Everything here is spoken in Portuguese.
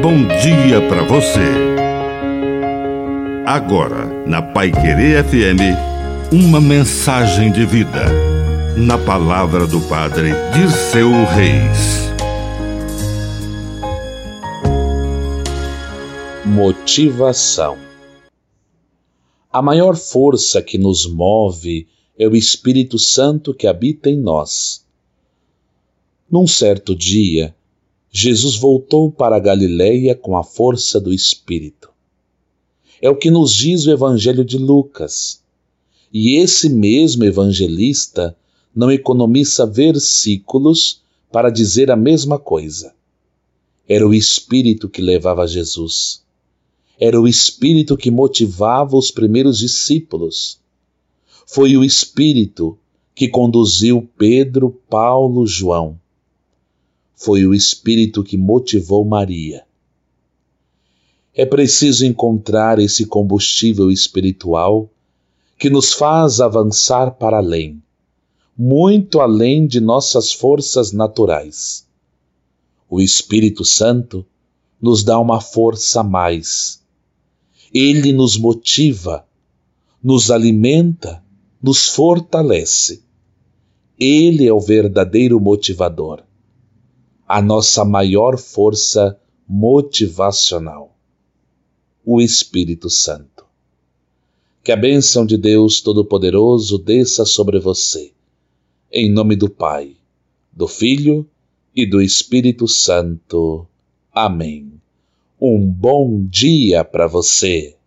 bom dia para você. Agora, na Paiquerê FM, uma mensagem de vida. Na palavra do Padre Dirceu Reis. Motivação. A maior força que nos move é o Espírito Santo que habita em nós. Num certo dia, Jesus voltou para a Galileia com a força do Espírito. É o que nos diz o Evangelho de Lucas. E esse mesmo evangelista não economiza versículos para dizer a mesma coisa. Era o Espírito que levava Jesus. Era o Espírito que motivava os primeiros discípulos. Foi o Espírito que conduziu Pedro, Paulo, João. Foi o Espírito que motivou Maria. É preciso encontrar esse combustível espiritual que nos faz avançar para além, muito além de nossas forças naturais. O Espírito Santo nos dá uma força a mais. Ele nos motiva, nos alimenta, nos fortalece. Ele é o verdadeiro motivador, a nossa maior força motivacional, o Espírito Santo. Que a bênção de Deus Todo-Poderoso desça sobre você, em nome do Pai, do Filho e do Espírito Santo. Amém. Um bom dia para você.